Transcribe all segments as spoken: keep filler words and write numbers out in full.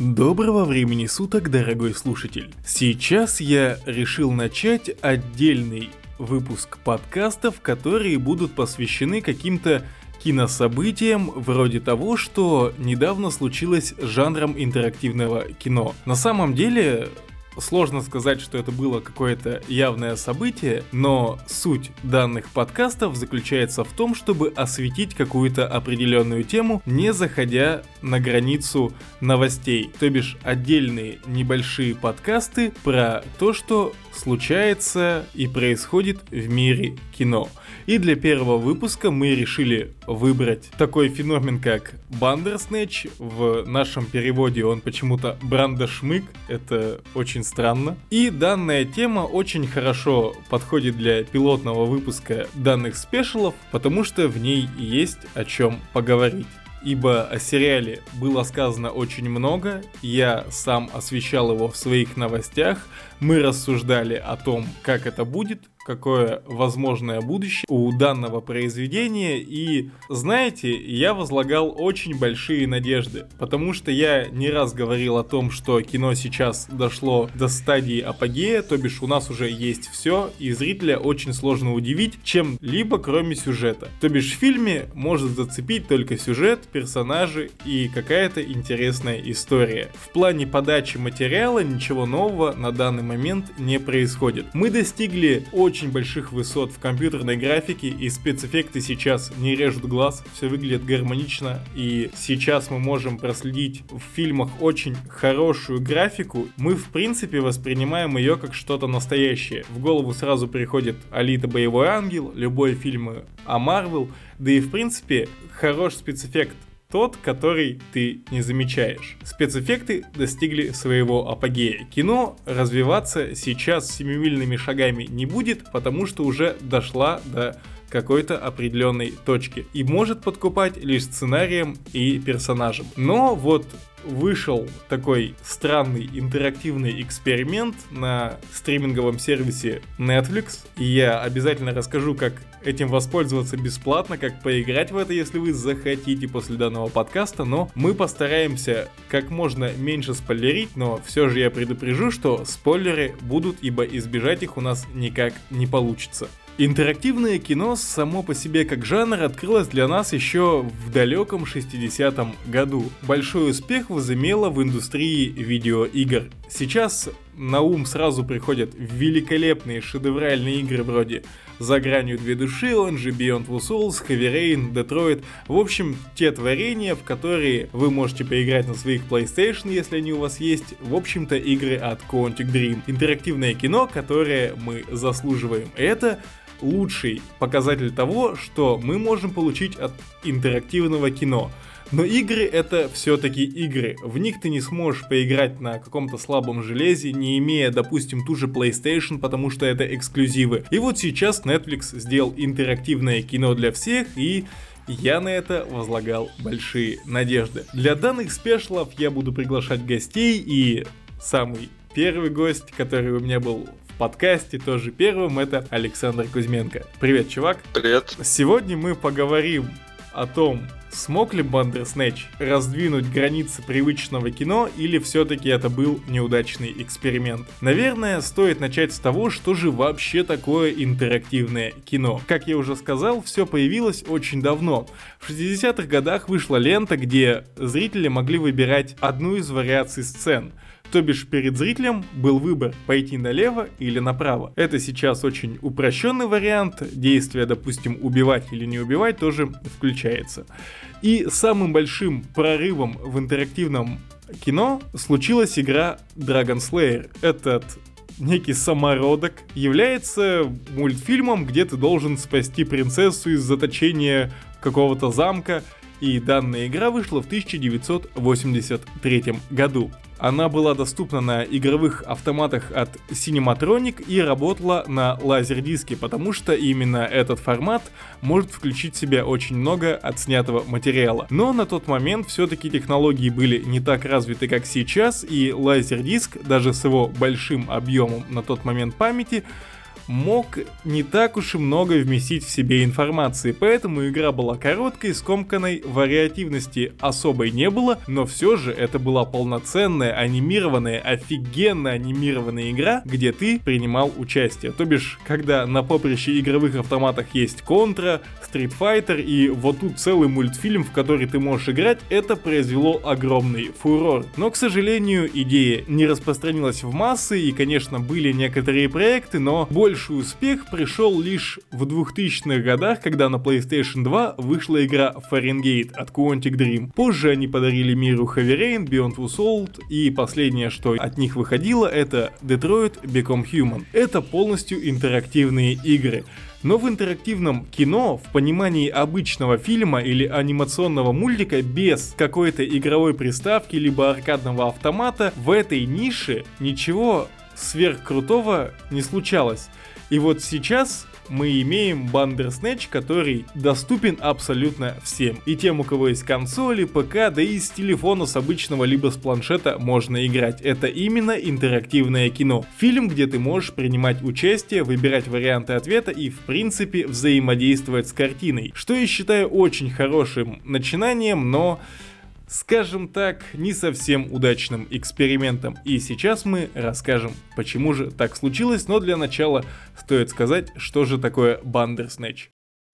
Доброго времени суток, дорогой слушатель. Сейчас я решил начать отдельный выпуск подкастов, которые будут посвящены каким-то кинособытиям вроде того, что недавно случилось с жанром интерактивного кино. На самом деле, сложно сказать, что это было какое-то явное событие, но суть данных подкастов заключается в том, чтобы осветить какую-то определенную тему, не заходя на границу новостей. То бишь отдельные небольшие подкасты про то, что случается и происходит в мире кино. И для первого выпуска мы решили выбрать такой феномен, как Бандерснэч. В нашем переводе он почему-то Брандашмык, это очень странно. И данная тема очень хорошо подходит для пилотного выпуска данных спешалов, потому что в ней есть о чем поговорить. Ибо о сериале было сказано очень много, я сам освещал его в своих новостях, мы рассуждали о том, как это будет, какое возможное будущее у данного произведения, и, знаете, я возлагал очень большие надежды, потому что я не раз говорил о том, что кино сейчас дошло до стадии апогея, то бишь у нас уже есть все, и зрителя очень сложно удивить чем-либо кроме сюжета. То бишь в фильме может зацепить только сюжет, персонажи и какая-то интересная история. В плане подачи материала ничего нового на данный момент не происходит. Мы достигли очень очень больших высот в компьютерной графике, и спецэффекты сейчас не режут глаз, все выглядит гармонично, и сейчас мы можем проследить в фильмах очень хорошую графику. Мы в принципе воспринимаем ее как что-то настоящее. В голову сразу приходит Алита Боевой Ангел, любой фильм о Марвел, да и в принципе хороший спецэффект тот, который ты не замечаешь. Спецэффекты достигли своего апогея. Кино развиваться сейчас семимильными шагами не будет, потому что уже дошла до какой-то определенной точки и может подкупать лишь сценарием и персонажем. Но вот вышел такой странный интерактивный эксперимент на стриминговом сервисе Netflix, и я обязательно расскажу, как этим воспользоваться бесплатно, как поиграть в это, если вы захотите после данного подкаста, но мы постараемся как можно меньше спойлерить, но все же я предупрежу, что спойлеры будут, ибо избежать их у нас никак не получится. Интерактивное кино само по себе как жанр открылось для нас еще в далеком шестидесятом году. Большой успех возымело в индустрии видеоигр. Сейчас на ум сразу приходят великолепные шедевральные игры вроде «За гранью две души», он же Beyond Two Souls, Heavy Rain, Detroit. В общем, те творения, в которые вы можете поиграть на своих PlayStation, если они у вас есть. В общем-то, игры от Quantic Dream. Интерактивное кино, которое мы заслуживаем. Это лучший показатель того, что мы можем получить от интерактивного кино. Но игры — это все-таки игры. В них ты не сможешь поиграть на каком-то слабом железе, не имея, допустим, ту же PlayStation, потому что это эксклюзивы. И вот сейчас Netflix сделал интерактивное кино для всех, и я на это возлагал большие надежды. Для данных спешлов я буду приглашать гостей, и самый первый гость, который у меня был в подкасте, тоже первым, это Александр Кузьменко. Привет, чувак. Привет. Сегодня мы поговорим о том, смог ли Бандерснэч раздвинуть границы привычного кино, или все-таки это был неудачный эксперимент. Наверное, стоит начать с того, что же вообще такое интерактивное кино. Как я уже сказал, все появилось очень давно. В шестидесятых годах вышла лента, где зрители могли выбирать одну из вариаций сцен. То бишь перед зрителем был выбор пойти налево или направо. Это сейчас очень упрощенный вариант, действия, допустим, убивать или не убивать тоже включается. И самым большим прорывом в интерактивном кино случилась игра Dragon Slayer. Этот некий самородок является мультфильмом, где ты должен спасти принцессу из заточения какого-то замка. И данная игра вышла в тысяча девятьсот восемьдесят третьем году. Она была доступна на игровых автоматах от Cinematronic и работала на лазердиске, потому что именно этот формат может включить в себя очень много отснятого материала. Но на тот момент все-таки технологии были не так развиты, как сейчас, и лазердиск, даже с его большим объемом на тот момент памяти, мог не так уж и много вместить в себе информации, поэтому игра была короткой, скомканной, вариативности особой не было, но все же это была полноценная, анимированная, офигенно анимированная игра, где ты принимал участие. То бишь, когда на поприще игровых автоматах есть Contra, Street Fighter и вот тут целый мультфильм, в который ты можешь играть, это произвело огромный фурор. Но, к сожалению, идея не распространилась в массы, и, конечно, были некоторые проекты, но больший успех пришел лишь в двухтысячных годах, когда на PlayStation два вышла игра Fahrenheit от Quantic Dream. Позже они подарили миру Heavy Rain, Beyond Two Souls, и последнее, что от них выходило, это Detroit Become Human. Это полностью интерактивные игры. Но в интерактивном кино, в понимании обычного фильма или анимационного мультика без какой-то игровой приставки либо аркадного автомата, в этой нише ничего сверхкрутого не случалось. И вот сейчас мы имеем Bandersnatch, который доступен абсолютно всем. И тем, у кого есть консоли, ПК, да и с телефона с обычного либо с планшета можно играть. Это именно интерактивное кино. Фильм, где ты можешь принимать участие, выбирать варианты ответа и, в принципе, взаимодействовать с картиной. Что я считаю очень хорошим начинанием, но, скажем так, не совсем удачным экспериментом. И сейчас мы расскажем, почему же так случилось, но для начала стоит сказать, что же такое Bandersnatch.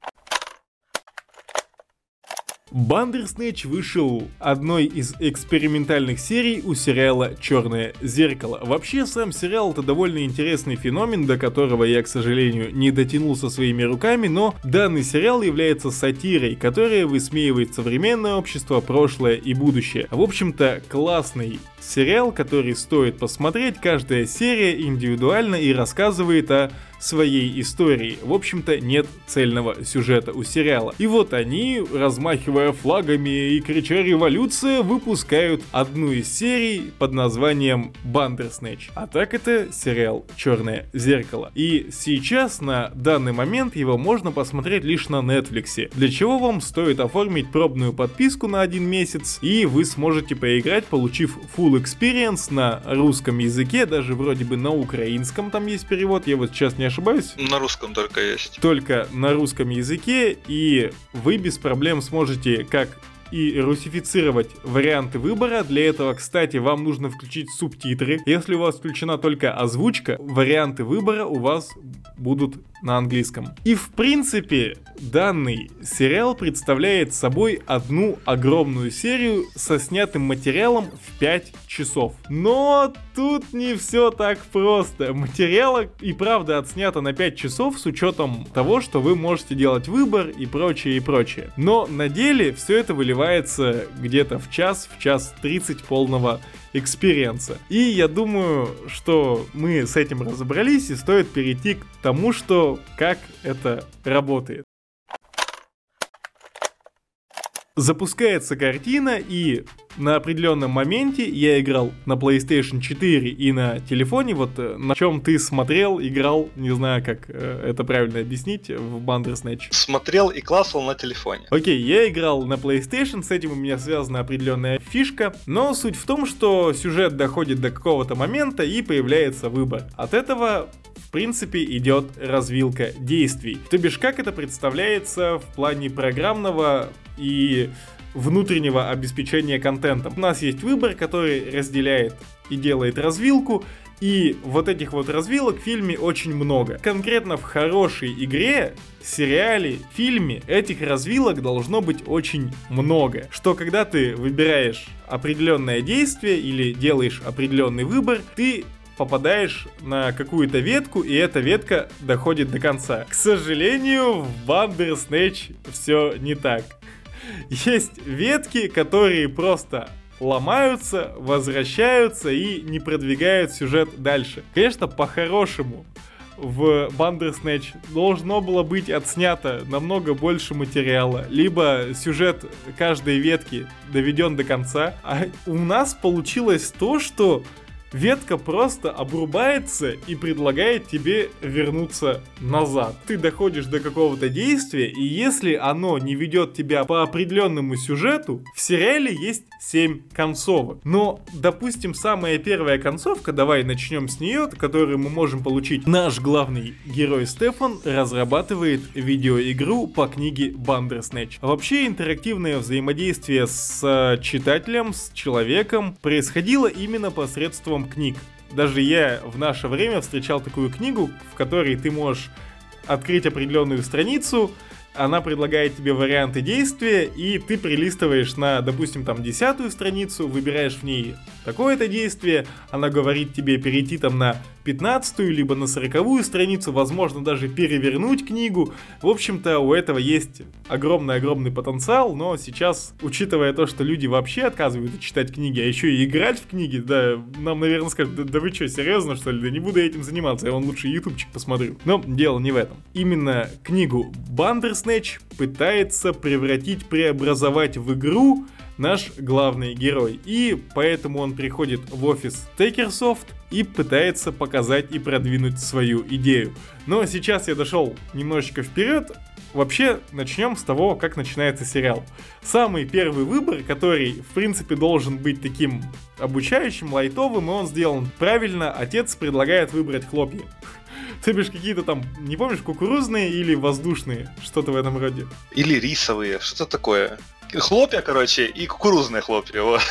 Bandersnatch вышел одной из экспериментальных серий у сериала «Черное зеркало». Вообще, сам сериал — это довольно интересный феномен, до которого я, к сожалению, не дотянулся своими руками, но данный сериал является сатирой, которая высмеивает современное общество, прошлое и будущее. В общем-то, классный сериал, который стоит посмотреть. Каждая серия индивидуально и рассказывает о своей истории. В общем-то, нет цельного сюжета у сериала. И вот они, размахивая флагами и крича «Революция!», выпускают одну из серий под названием Bandersnatch. А так это сериал «Черное зеркало». И сейчас, на данный момент, его можно посмотреть лишь на Netflix. Для чего вам стоит оформить пробную подписку на один месяц, и вы сможете поиграть, получив full experience на русском языке, даже вроде бы на украинском там есть перевод, я вот сейчас не ошибаюсь? На русском только есть. Только на русском языке, и вы без проблем сможете как и русифицировать варианты выбора. Для этого, кстати, вам нужно включить субтитры. Если у вас включена только озвучка, варианты выбора у вас будут на английском. И в принципе, данный сериал представляет собой одну огромную серию со снятым материалом в пять часов. Но тут не все так просто. Материал и правда отснято на пять часов с учетом того, что вы можете делать выбор и прочее, и прочее. Но на деле все это выливается где-то в час, в час тридцать полного экспириенса. И я думаю, что мы с этим разобрались, и стоит перейти к тому, что как это работает. Запускается картина, и на определенном моменте я играл на PlayStation четыре и на телефоне, вот на чем ты смотрел, играл, не знаю, как это правильно объяснить, в Bandersnatch. Смотрел и классал на телефоне. Окей, я играл на PlayStation, с этим у меня связана определенная фишка, но суть в том, что сюжет доходит до какого-то момента и появляется выбор. От этого в принципе идет развилка действий. То бишь, как это представляется в плане программного и внутреннего обеспечения контентом. У нас есть выбор, который разделяет и делает развилку, и вот этих вот развилок в фильме очень много. Конкретно в хорошей игре, сериале, фильме этих развилок должно быть очень много. Что когда ты выбираешь определенное действие или делаешь определенный выбор, ты попадаешь на какую-то ветку, и эта ветка доходит до конца. К сожалению, в Bandersnatch все не так. Есть ветки, которые просто ломаются, возвращаются и не продвигают сюжет дальше. Конечно, по-хорошему, в Bandersnatch должно было быть отснято намного больше материала, либо сюжет каждой ветки доведен до конца. А у нас получилось то, что ветка просто обрубается и предлагает тебе вернуться назад. Ты доходишь до какого-то действия, и если оно не ведет тебя по определенному сюжету, в сериале есть семь концовок. Но, допустим, самая первая концовка, давай начнем с нее, которую мы можем получить. Наш главный герой Стефан разрабатывает видеоигру по книге Bandersnatch. А вообще интерактивное взаимодействие с читателем, с человеком происходило именно посредством книг. Даже я в наше время встречал такую книгу, в которой ты можешь открыть определенную страницу, она предлагает тебе варианты действия, и ты прилистываешь на, допустим, там десятую страницу, выбираешь в ней такое-то действие, она говорит тебе перейти там на пятнадцатую, либо на сороковую страницу, возможно, даже перевернуть книгу. В общем-то, у этого есть огромный-огромный потенциал, но сейчас, учитывая то, что люди вообще отказываются читать книги, а еще и играть в книги, да, нам, наверное, скажут, да, да вы что, серьезно, что ли? Да не буду этим заниматься, я вон лучше ютубчик посмотрю. Но дело не в этом. Именно книгу Bandersnatch пытается превратить, преобразовать в игру наш главный герой. И поэтому он приходит в офис Takersoft и пытается показать и продвинуть свою идею. Но сейчас я дошел немножечко вперед. Вообще, начнем с того, как начинается сериал. Самый первый выбор, который, в принципе, должен быть таким обучающим, лайтовым, и он сделан правильно. Отец предлагает выбрать хлопья. То бишь какие-то там, не помнишь, кукурузные или воздушные, что-то в этом роде. Или рисовые, что-то такое. Хлопья, короче, и кукурузные хлопья. Вот.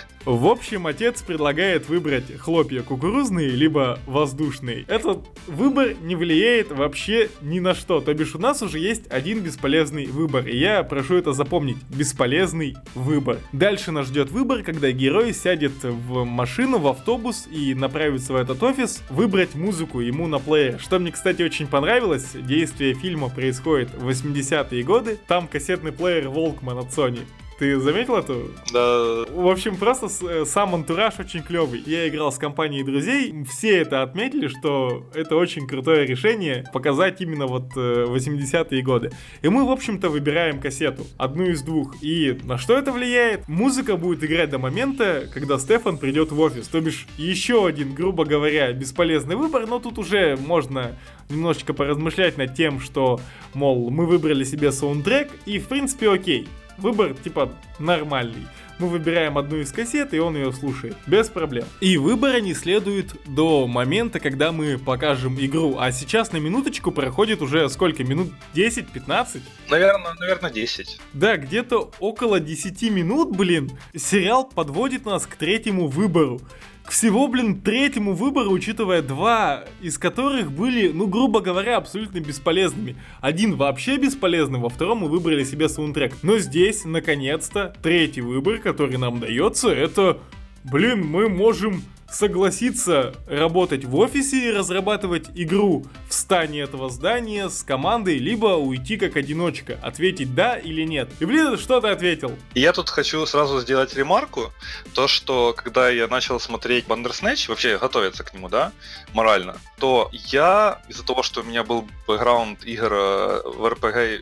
В общем, отец предлагает выбрать хлопья кукурузные, либо воздушные. Этот выбор не влияет вообще ни на что. То бишь у нас уже есть один бесполезный выбор. И я прошу это запомнить. Бесполезный выбор. Дальше нас ждет выбор, когда герой сядет в машину, в автобус и направится в этот офис выбрать музыку ему на плеер. Что мне, кстати, очень понравилось. Действие фильма происходит в восьмидесятые годы. Там кассетный плеер Walkman от Sony. Ты заметил это? Да. В общем, просто с, сам антураж очень клевый. Я играл с компанией друзей, все это отметили, что это очень крутое решение показать именно вот э, восьмидесятые годы. И мы, в общем-то, выбираем кассету, одну из двух. И на что это влияет? Музыка будет играть до момента, когда Стефан придет в офис. То бишь, еще один, грубо говоря, бесполезный выбор, но тут уже можно немножечко поразмышлять над тем, что, мол, мы выбрали себе саундтрек, и, в принципе, окей. Выбор, типа, нормальный. Мы выбираем одну из кассет, и он ее слушает. Без проблем. И выбора не следует до момента, когда мы покажем игру. А сейчас на минуточку проходит уже сколько? Минут десять-пятнадцать? Наверное, наверное, десять. Да, где-то около десяти минут, блин, сериал подводит нас к третьему выбору. К всего, блин, третьему выбору, учитывая два из которых были, ну, грубо говоря, абсолютно бесполезными. Один вообще бесполезный, во втором мы выбрали себе саундтрек. Но здесь, наконец-то, третий выбор, который нам дается, это, блин, мы можем согласиться работать в офисе и разрабатывать игру в стане этого здания с командой, либо уйти как одиночка, ответить да или нет. И, блин, что ты ответил? Я тут хочу сразу сделать ремарку, то, что когда я начал смотреть Bandersnatch, вообще готовиться к нему, да, морально, то я, из-за того, что у меня был бэкграунд игр в эр пи джи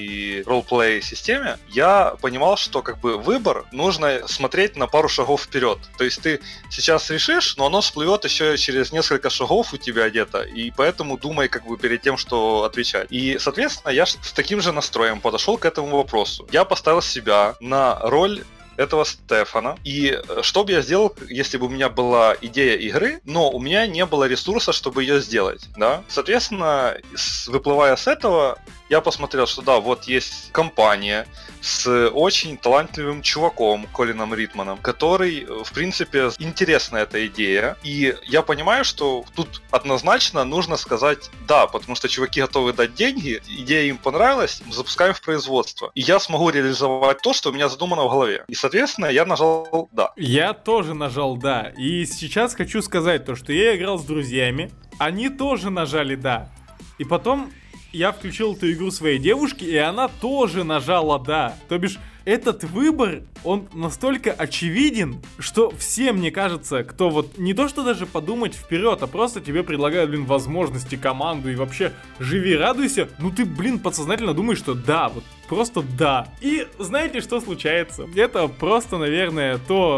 и ролплей системе, я понимал, что как бы выбор нужно смотреть на пару шагов вперед. То есть ты сейчас решишь, но оно всплывет еще через несколько шагов у тебя где-то, и поэтому думай как бы перед тем, что отвечать. И, соответственно, я с таким же настроем подошел к этому вопросу. Я поставил себя на роль этого Стефана. И что бы я сделал, если бы у меня была идея игры, но у меня не было ресурса, чтобы ее сделать, да? Соответственно, выплывая с этого, я посмотрел, что да, вот есть компания с очень талантливым чуваком Колином Ритманом, который, в принципе, интересна эта идея. И я понимаю, что тут однозначно нужно сказать да, потому что чуваки готовы дать деньги, идея им понравилась, запускаем в производство. И я смогу реализовать то, что у меня задумано в голове. И, соответственно, я нажал да. Я тоже нажал да. И сейчас хочу сказать то, что я играл с друзьями, они тоже нажали да. И потом я включил эту игру своей девушке, и она тоже нажала «да». То бишь, этот выбор, он настолько очевиден, что все, мне кажется, кто вот не то что даже подумать вперед, а просто тебе предлагают, блин, возможности, команду и вообще живи, радуйся, ну ты, блин, подсознательно думаешь, что да, вот просто да. И знаете, что случается? Это просто, наверное, то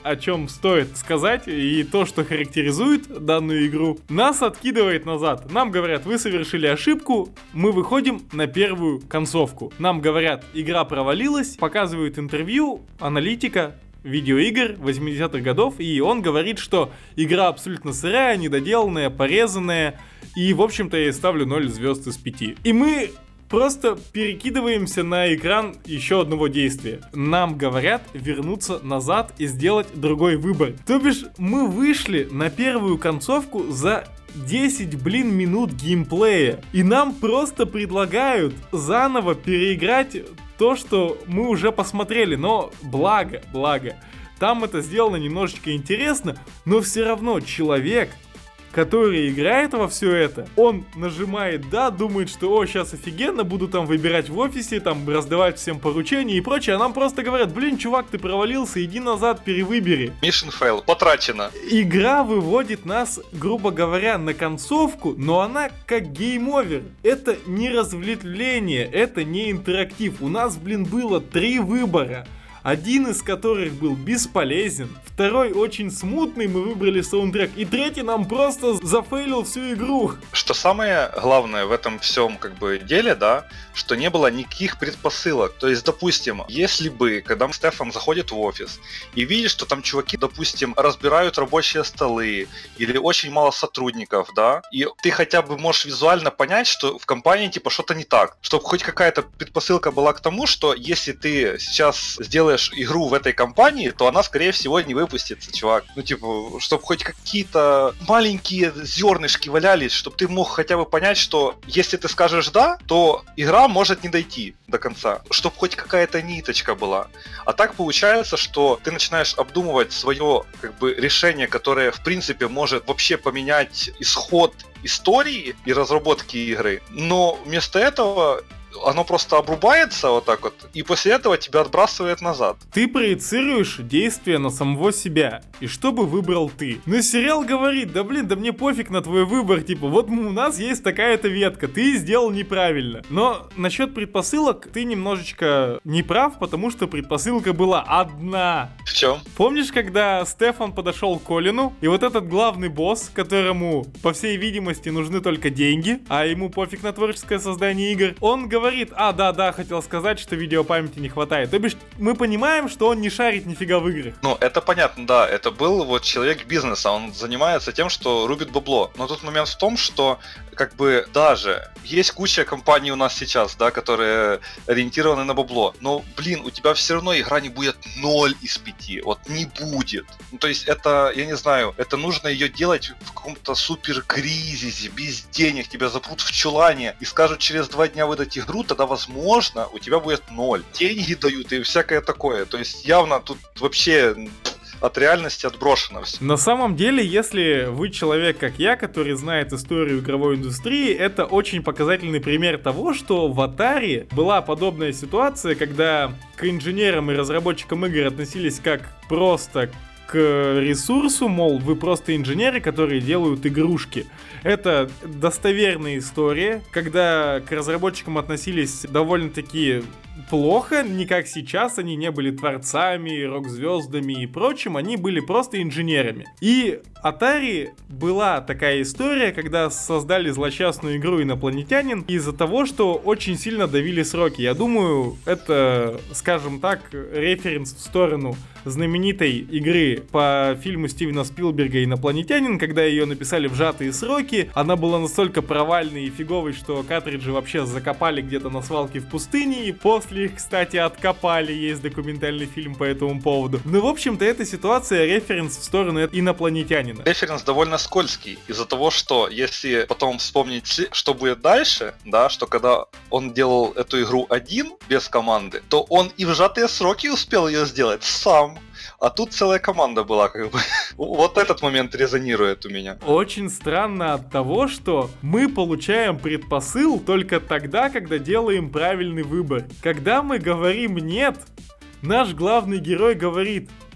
о чем стоит сказать, и то, что характеризует данную игру, нас откидывает назад. Нам говорят, вы совершили ошибку, мы выходим на первую концовку. Нам говорят, игра провалилась, показывают интервью аналитика видеоигр восьмидесятых годов, и он говорит, что игра абсолютно сырая, недоделанная, порезанная, и, в общем-то, я ей ставлю ноль звезд из пяти. И мы просто перекидываемся на экран еще одного действия. Нам говорят вернуться назад и сделать другой выбор. То бишь, мы вышли на первую концовку за десять, блин, минут геймплея. И нам просто предлагают заново переиграть то, что мы уже посмотрели. Но благо, благо, там это сделано немножечко интересно, но все равно человек, который играет во все это, он нажимает «да», думает, что «о, сейчас офигенно, буду там выбирать в офисе, там раздавать всем поручения и прочее», а нам просто говорят «блин, чувак, ты провалился, иди назад, перевыбери». Mission fail, потрачено. Игра выводит нас, грубо говоря, на концовку, но она как гейм-овер. Это не развлечение, это не интерактив. У нас, блин, было три выбора. Один из которых был бесполезен, второй очень смутный, мы выбрали саундтрек, и третий нам просто зафейлил всю игру. Что самое главное в этом всем как бы деле, да, что не было никаких предпосылок. То есть, допустим, если бы, когда Стефан заходит в офис и видит, что там чуваки, допустим, разбирают рабочие столы или очень мало сотрудников, да, и ты хотя бы можешь визуально понять, что в компании типа что-то не так, чтобы хоть какая-то предпосылка была к тому, что если ты сейчас сделаешь игру в этой компании, то она, скорее всего, не выпустится, чувак. Ну, типа, чтобы хоть какие-то маленькие зернышки валялись, чтобы ты мог хотя бы понять, что если ты скажешь «да», то игра может не дойти до конца. Чтобы хоть какая-то ниточка была. А так получается, что ты начинаешь обдумывать свое, как бы, решение, которое, в принципе, может вообще поменять исход истории и разработки игры. Но вместо этого оно просто обрубается вот так вот, и после этого тебя отбрасывает назад. Ты проецируешь действия на самого себя, и что бы выбрал ты? Но сериал говорит, да блин, да мне пофиг на твой выбор, типа, вот у нас есть такая-то ветка, ты сделал неправильно. Но насчет предпосылок ты немножечко не прав, потому что предпосылка была одна. В чем? Помнишь, когда Стефан подошел к Колину, и вот этот главный босс, которому, по всей видимости, нужны только деньги, а ему пофиг на творческое создание игр, он говорит, говорит, а, да-да, хотел сказать, что видеопамяти не хватает. То бишь, мы понимаем, что он не шарит нифига в играх. Ну, это понятно, да, это был вот человек бизнеса, он занимается тем, что рубит бабло. Но тут момент в том, что как бы даже есть куча компаний у нас сейчас, да, которые ориентированы на бабло. Но, блин, у тебя все равно игра не будет ноль из пяти. Вот не будет. Ну, то есть это, я не знаю, это нужно ее делать в каком-то супер кризисе, без денег, тебя запрут в чулане и скажут через два дня выдать игру, тогда, возможно, у тебя будет ноль. Деньги дают и всякое такое. То есть явно тут вообще от реальности отброшено все. На самом деле, если вы человек, как я, который знает историю игровой индустрии, это очень показательный пример того, что в Atari была подобная ситуация, когда к инженерам и разработчикам игр относились как просто к ресурсу, мол, вы просто инженеры, которые делают игрушки. Это достоверная история, когда к разработчикам относились довольно-таки плохо, не как сейчас, они не были творцами, рок-звездами и прочим, они были просто инженерами. И Atari была такая история, когда создали злосчастную игру «Инопланетянин» из-за того, что очень сильно давили сроки. Я думаю, это, скажем так, референс в сторону знаменитой игры по фильму Стивена Спилберга «Инопланетянин», когда ее написали в сжатые сроки. Она была настолько провальной и фиговой, что картриджи вообще закопали где-то на свалке в пустыне, и после их, кстати, откопали. Есть документальный фильм по этому поводу. Ну, в общем-то, эта ситуация референс в сторону «Инопланетянина». Референс довольно скользкий, из-за того, что если потом вспомнить, что будет дальше, да, что когда он делал эту игру один, без команды, то он и в сжатые сроки успел ее сделать сам. А тут целая команда была, как бы. Вот этот момент резонирует у меня. Очень странно от того, что мы получаем предпосыл только тогда, когда делаем правильный выбор. Когда мы говорим «нет», наш главный герой говорит: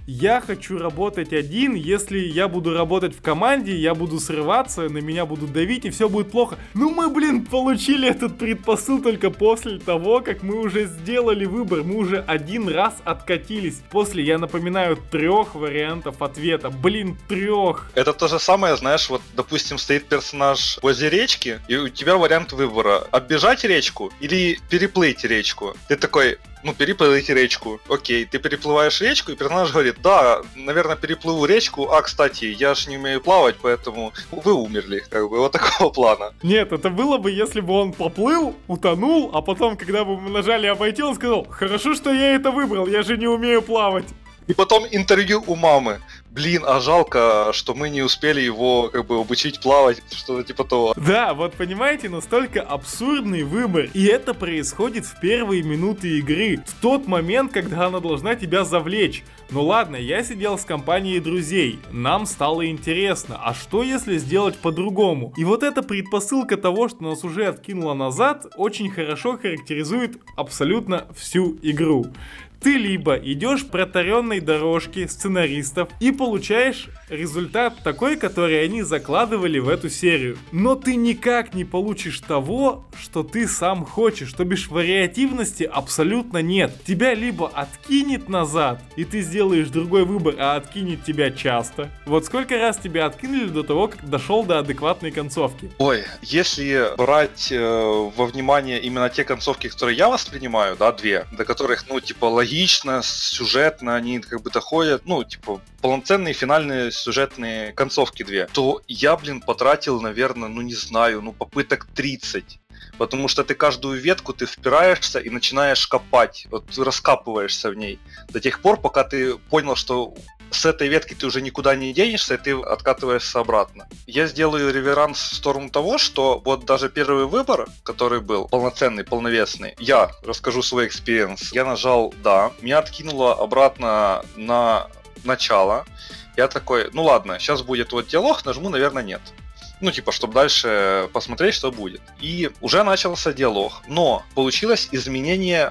я хочу работать один, если я буду работать в команде, я буду срываться, на меня будут давить и все будет плохо. Ну мы, блин, получили этот предпосыл только после того, как мы уже сделали выбор, мы уже один раз откатились. После, я напоминаю, трех вариантов ответа, блин, трех. Это то же самое, знаешь, вот, допустим, стоит персонаж возле речки, и у тебя вариант выбора: оббежать речку или переплыть речку. Ты такой: ну, переплыть речку. Окей, ты переплываешь речку, и персонаж говорит: да, наверное, переплыву речку, а, кстати, я ж не умею плавать, поэтому вы умерли, как бы, вот такого плана. Нет, это было бы, если бы он поплыл, утонул, а потом, когда бы мы нажали обойти, он сказал: хорошо, что я это выбрал, я же не умею плавать. И потом интервью у мамы. Блин, а жалко, что мы не успели его, как бы, обучить плавать, что-то типа того. Да, вот понимаете, настолько абсурдный выбор. И это происходит в первые минуты игры. В тот момент, когда она должна тебя завлечь. Ну ладно, я сидел с компанией друзей. Нам стало интересно, а что если сделать по-другому? И вот эта предпосылка того, что нас уже откинуло назад, очень хорошо характеризует абсолютно всю игру. Ты либо идешь по протаренной дорожке сценаристов и получаешь результат такой, который они закладывали в эту серию. Но ты никак не получишь того, что ты сам хочешь. То бишь вариативности абсолютно нет. Тебя либо откинет назад, и ты сделаешь другой выбор, а откинет тебя часто. Вот сколько раз тебя откинули до того, как дошел до адекватной концовки? Ой, если брать э, во внимание именно те концовки, которые я воспринимаю, да, две, до которых, ну, типа, логично, сюжетно они как бы доходят, ну, типа, полноценные финальные сюжетные концовки две, то я, блин, потратил, наверное, ну, не знаю, ну, попыток тридцать. Потому что ты каждую ветку, ты впираешься и начинаешь копать, вот раскапываешься в ней до тех пор, пока ты понял, что с этой ветки ты уже никуда не денешься, и ты откатываешься обратно. Я сделаю реверанс в сторону того, что вот даже первый выбор, который был полноценный, полновесный, я расскажу свой экспириенс. Я нажал «да», меня откинуло обратно на начало. Я такой: ну ладно, сейчас будет вот диалог, нажму, наверное, нет. Ну, типа, чтобы дальше посмотреть, что будет. И уже начался диалог. Но получилось изменение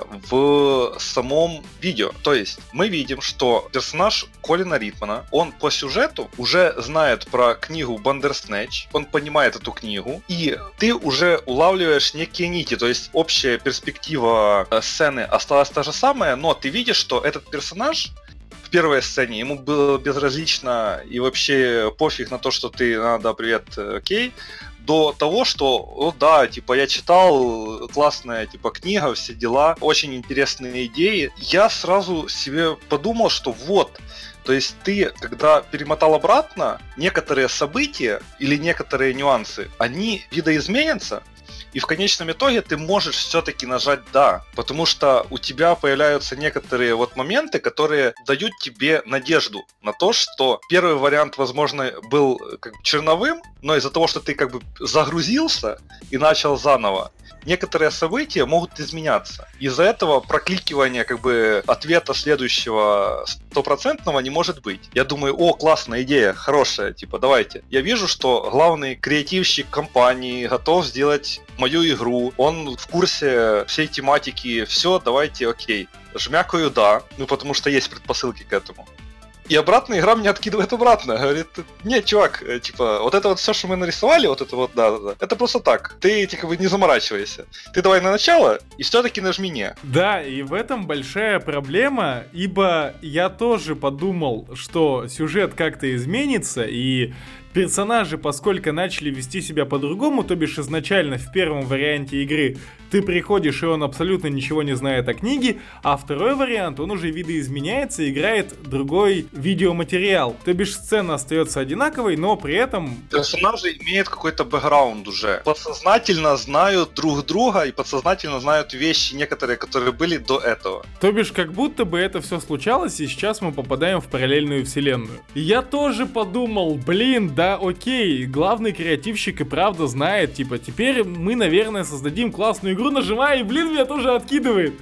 в самом видео. То есть, мы видим, что персонаж Колина Ритмана, он по сюжету уже знает про книгу Bandersnatch, он понимает эту книгу, и ты уже улавливаешь некие нити. То есть, общая перспектива сцены осталась та же самая, но ты видишь, что этот персонаж в первой сцене ему было безразлично и вообще пофиг на то, что ты, а, да, привет, окей, до того, что, о, да, типа, я читал, классная, типа, книга, все дела, очень интересные идеи. Я сразу себе подумал, что вот, то есть ты, когда перемотал обратно, некоторые события или некоторые нюансы, они видоизменятся, и в конечном итоге ты можешь все-таки нажать «да», потому что у тебя появляются некоторые вот моменты, которые дают тебе надежду на то, что первый вариант, возможно, был как бы черновым, но из-за того, что ты как бы загрузился и начал заново, некоторые события могут изменяться. Из-за этого прокликивание как бы ответа следующего стопроцентного не может быть. Я думаю: о, классная идея, хорошая, типа, давайте. Я вижу, что главный креативщик компании готов сделать мою игру, он в курсе всей тематики, все, давайте, окей. Жмякаю «да», ну потому что есть предпосылки к этому. И обратно игра меня откидывает обратно. Говорит: нет, чувак, типа, вот это вот все, что мы нарисовали, вот это вот, да, да, да, это просто так. Ты, типа, не заморачивайся. Ты давай на начало и все-таки нажми «не». Да, и в этом большая проблема, ибо я тоже подумал, что сюжет как-то изменится, и персонажи, поскольку начали вести себя по-другому, то бишь изначально в первом варианте игры ты приходишь, и он абсолютно ничего не знает о книге, а второй вариант, он уже видоизменяется, играет другой видеоматериал. То бишь сцена остается одинаковой, но при этом... Персонажи имеют какой-то бэкграунд уже. Подсознательно знают друг друга и подсознательно знают вещи некоторые, которые были до этого. То бишь как будто бы это все случалось, и сейчас мы попадаем в параллельную вселенную. И я тоже подумал: блин, да окей, главный креативщик и правда знает, типа, теперь мы, наверное, создадим классную игру, нажимаю, и, блин, меня тоже откидывает.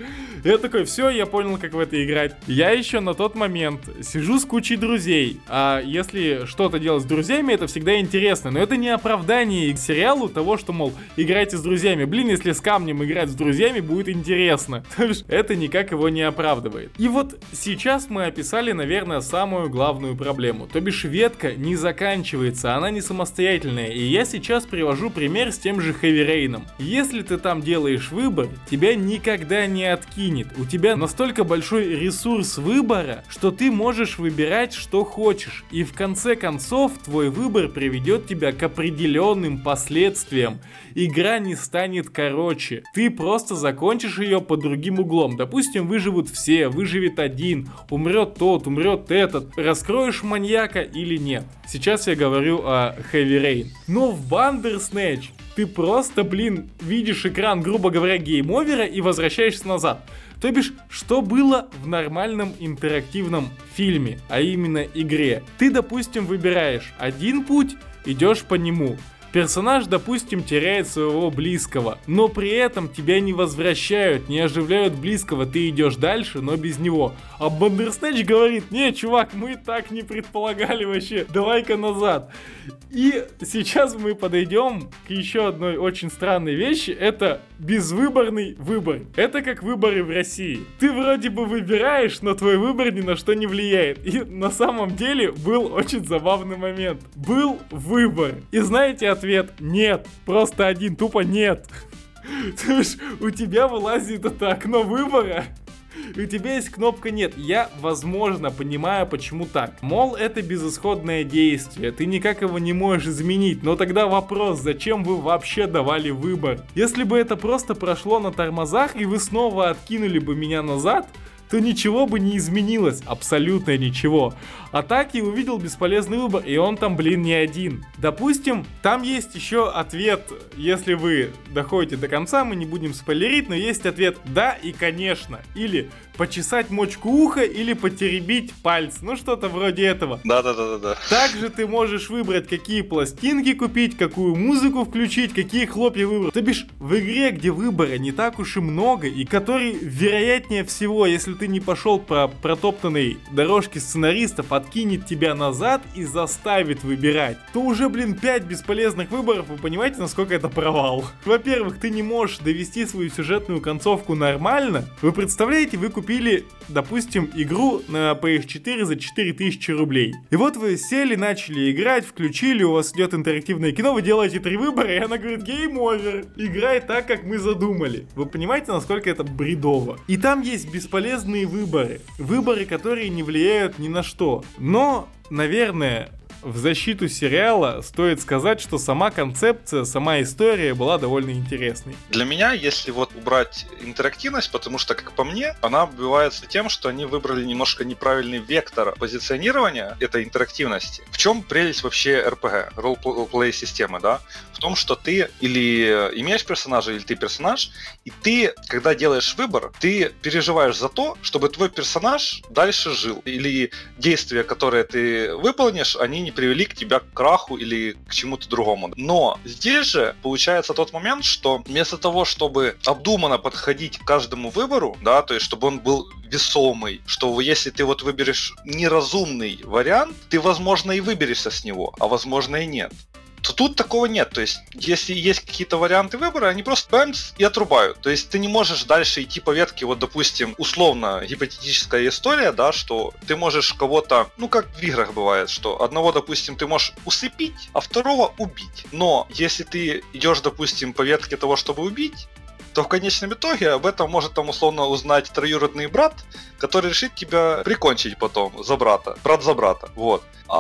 Я такой, все, я понял, как в это играть. Я еще на тот момент сижу с кучей друзей, а если что-то делать с друзьями, это всегда интересно, но это не оправдание сериалу того, что, мол, играйте с друзьями. Блин, если с камнем играть с друзьями, будет интересно. Это никак его не оправдывает. И вот сейчас мы описали, наверное, самую главную проблему. То бишь ветка не заканчивается, она не самостоятельная. И я сейчас привожу пример с тем же Heavy Rain. Если ты там делаешь выбор, тебя никогда не откинет. У тебя настолько большой ресурс выбора, что ты можешь выбирать, что хочешь. И в конце концов, твой выбор приведет тебя к определенным последствиям. Игра не станет короче. Ты просто закончишь ее под другим углом. Допустим, выживут все, выживет один, умрет тот, умрет этот. Раскроешь маньяка или нет? Сейчас я говорю о Heavy Rain. Но в Bandersnatch ты просто, блин, видишь экран, грубо говоря, гейм-овера и возвращаешься назад. То бишь, что было в нормальном интерактивном фильме, а именно игре. Ты, допустим, выбираешь один путь, идешь по нему. Персонаж, допустим, теряет своего близкого, но при этом тебя не возвращают, не оживляют близкого, ты идешь дальше, но без него. А Bandersnatch говорит: не, чувак, мы так не предполагали вообще, давай-ка назад. И сейчас мы подойдем к еще одной очень странной вещи, это безвыборный выбор. Это как выборы в России. Ты вроде бы выбираешь, но твой выбор ни на что не влияет. И на самом деле был очень забавный момент. Был выбор. И знаете ответ? Нет. Просто один, тупо нет. То есть у тебя вылазит это окно выбора, у тебя есть кнопка «нет». Я, возможно, понимаю, почему так. Мол, это безысходное действие, ты никак его не можешь изменить. Но тогда вопрос, зачем вы вообще давали выбор? Если бы это просто прошло на тормозах, и вы снова откинули бы меня назад, то ничего бы не изменилось, абсолютно ничего. А так я увидел бесполезный выбор, и он там, блин, не один. Допустим, там есть еще ответ, если вы доходите до конца, мы не будем спойлерить, но есть ответ «да» и «конечно». Или почесать мочку уха, или потеребить пальцы, ну что-то вроде этого. Да-да-да-да. Также ты можешь выбрать, какие пластинки купить, какую музыку включить, какие хлопья выбрать. То бишь, в игре, где выбора не так уж и много, и который, вероятнее всего, если ты не пошел по протоптанной дорожке сценаристов, откинет тебя назад и заставит выбирать, то уже, блин, пять бесполезных выборов, вы понимаете, насколько это провал? Во-первых, ты не можешь довести свою сюжетную концовку нормально. Вы представляете, вы купили, допустим, игру на пи эс четыре за четыре тысячи рублей. И вот вы сели, начали играть, включили, у вас идет интерактивное кино, вы делаете три выбора, и она говорит: гейм овер, играй так, как мы задумали. Вы понимаете, насколько это бредово? И там есть бесполезные выборы. Выборы, которые не влияют ни на что. Но, наверное, в защиту сериала стоит сказать, что сама концепция, сама история была довольно интересной. Для меня, если вот убрать интерактивность, потому что, как по мне, она отбивается тем, что они выбрали немножко неправильный вектор позиционирования этой интерактивности. В чем прелесть вообще эр пи джи, ролл-плей системы, да? В том, что ты или имеешь персонажа, или ты персонаж, и ты, когда делаешь выбор, ты переживаешь за то, чтобы твой персонаж дальше жил, или действия, которые ты выполнишь, они не привели к тебя к краху или к чему-то другому. Но здесь же получается тот момент, что вместо того, чтобы обдуманно подходить к каждому выбору, да, то есть чтобы он был весомый, что если ты вот выберешь неразумный вариант, ты, возможно, и выберешься с него, а возможно и нет. То тут такого нет. То есть, если есть какие-то варианты выбора, они просто бэмс и отрубают. То есть, ты не можешь дальше идти по ветке, вот, допустим, условно гипотетическая история, да, что ты можешь кого-то, ну, как в играх бывает, что одного, допустим, ты можешь усыпить, а второго убить. Но, если ты идешь, допустим, по ветке того, чтобы убить, то в конечном итоге об этом может там условно узнать троюродный брат, который решит тебя прикончить потом за брата, брат за брата, вот.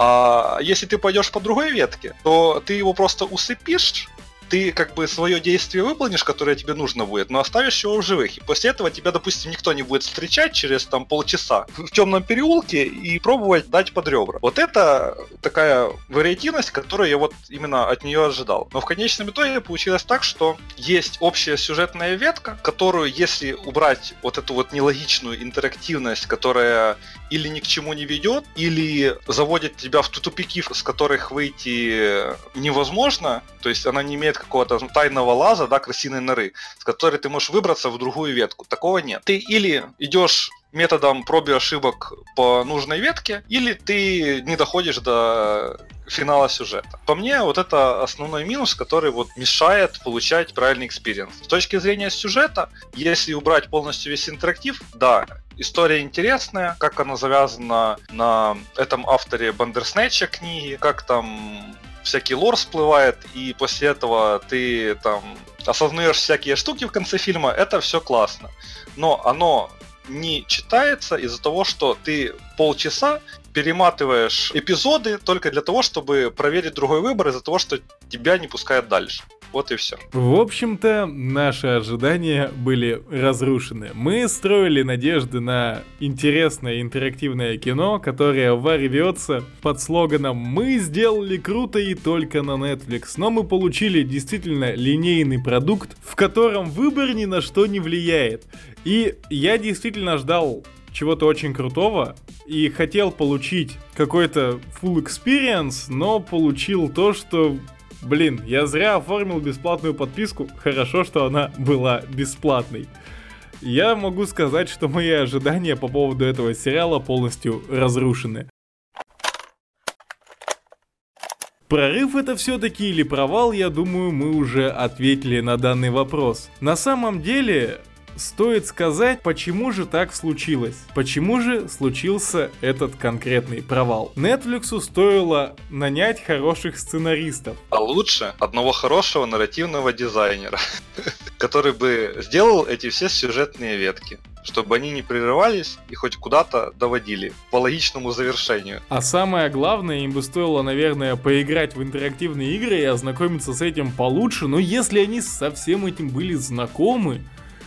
А если ты пойдешь по другой ветке, то ты его просто усыпишь, ты как бы свое действие выполнишь, которое тебе нужно будет, но оставишь его в живых. И после этого тебя, допустим, никто не будет встречать через там полчаса в темном переулке и пробовать дать под ребра. Вот это такая вариативность, которую я вот именно от нее ожидал. Но в конечном итоге получилось так, что есть общая сюжетная ветка, которую, если убрать вот эту вот нелогичную интерактивность, которая или ни к чему не ведет, или заводит тебя в тупики, с которых выйти невозможно, то есть она не имеет нет какого-то тайного лаза, да, крысиной норы, с которой ты можешь выбраться в другую ветку. Такого нет. Ты или идешь методом проб и ошибок по нужной ветке, или ты не доходишь до финала сюжета. По мне, вот это основной минус, который вот мешает получать правильный экспириенс. С точки зрения сюжета, если убрать полностью весь интерактив, да, история интересная, как она завязана на этом авторе Бандерснэча книги, как там всякий лор всплывает, и после этого ты там осознаешь всякие штуки в конце фильма, это все классно. Но оно не читается из-за того, что ты полчаса перематываешь эпизоды только для того, чтобы проверить другой выбор, из-за того, что тебя не пускают дальше. Вот и все. В общем-то, наши ожидания были разрушены. Мы строили надежды на интересное интерактивное кино, которое ворвется под слоганом «Мы сделали круто и только на Netflix». Но мы получили действительно линейный продукт, в котором выбор ни на что не влияет. И я действительно ждал чего-то очень крутого и хотел получить какой-то full experience, но получил то, что... Блин, я зря оформил бесплатную подписку, хорошо, что она была бесплатной. Я могу сказать, что мои ожидания по поводу этого сериала полностью разрушены. Прорыв это все-таки или провал, я думаю, мы уже ответили на данный вопрос. На самом деле... Стоит сказать, почему же так случилось. Почему же случился этот конкретный провал. Netflixу стоило нанять хороших сценаристов. А лучше одного хорошего нарративного дизайнера, который бы сделал эти все сюжетные ветки, чтобы они не прерывались и хоть куда-то доводили по логичному завершению. А самое главное, им бы стоило, наверное, поиграть в интерактивные игры и ознакомиться с этим получше, но если они со всем этим были знакомы,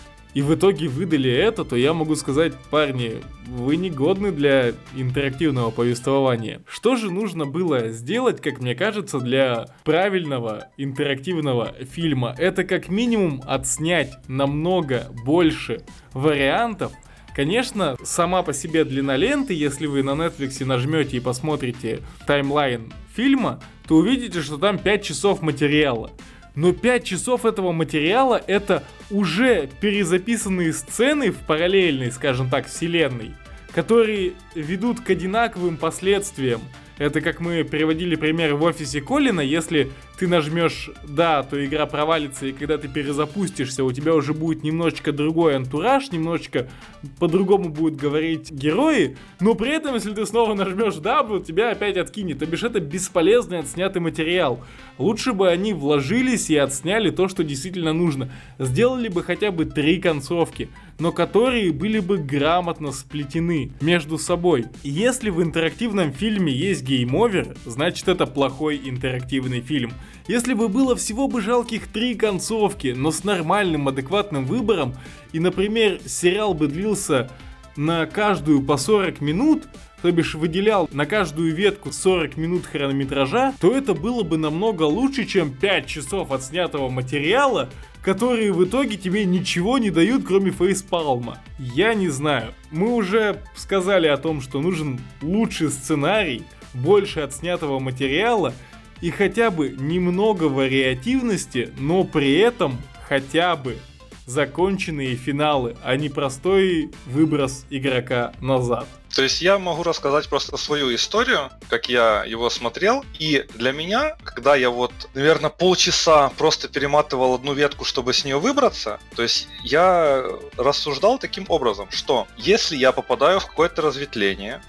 и в итоге выдали это, то я могу сказать, парни, вы не годны для интерактивного повествования. Что же нужно было сделать, как мне кажется, для правильного интерактивного фильма? Это как минимум отснять намного больше вариантов. Конечно, сама по себе длина ленты, если вы на Netflix нажмете и посмотрите таймлайн фильма, то увидите, что там пять часов материала. Но пять часов этого материала это уже перезаписанные сцены в параллельной, скажем так, вселенной, которые ведут к одинаковым последствиям. Это как мы приводили пример в офисе Колина, если ты нажмешь «да», то игра провалится, и когда ты перезапустишься, у тебя уже будет немножечко другой антураж, немножечко по-другому будут говорить герои, но при этом, если ты снова нажмешь «да», тебя опять откинет. То бишь это бесполезный отснятый материал. Лучше бы они вложились и отсняли то, что действительно нужно. Сделали бы хотя бы три концовки, но которые были бы грамотно сплетены между собой. Если в интерактивном фильме есть гейм-овер, значит это плохой интерактивный фильм. Если бы было всего бы жалких три концовки, но с нормальным, адекватным выбором, и, например, сериал бы длился на каждую по сорок минут, то бишь выделял на каждую ветку сорок минут хронометража, то это было бы намного лучше, чем пять часов отснятого материала, которые в итоге тебе ничего не дают, кроме фейспалма. Я не знаю. Мы уже сказали о том, что нужен лучший сценарий, больше отснятого материала и хотя бы немного вариативности, но при этом хотя бы законченные финалы, а не простой выброс игрока назад. То есть я могу рассказать просто свою историю, как я его смотрел. И для меня, когда я вот, наверное, полчаса просто перематывал одну ветку, чтобы с нее выбраться, то есть я рассуждал таким образом, что если я попадаю в какое-то разветвление,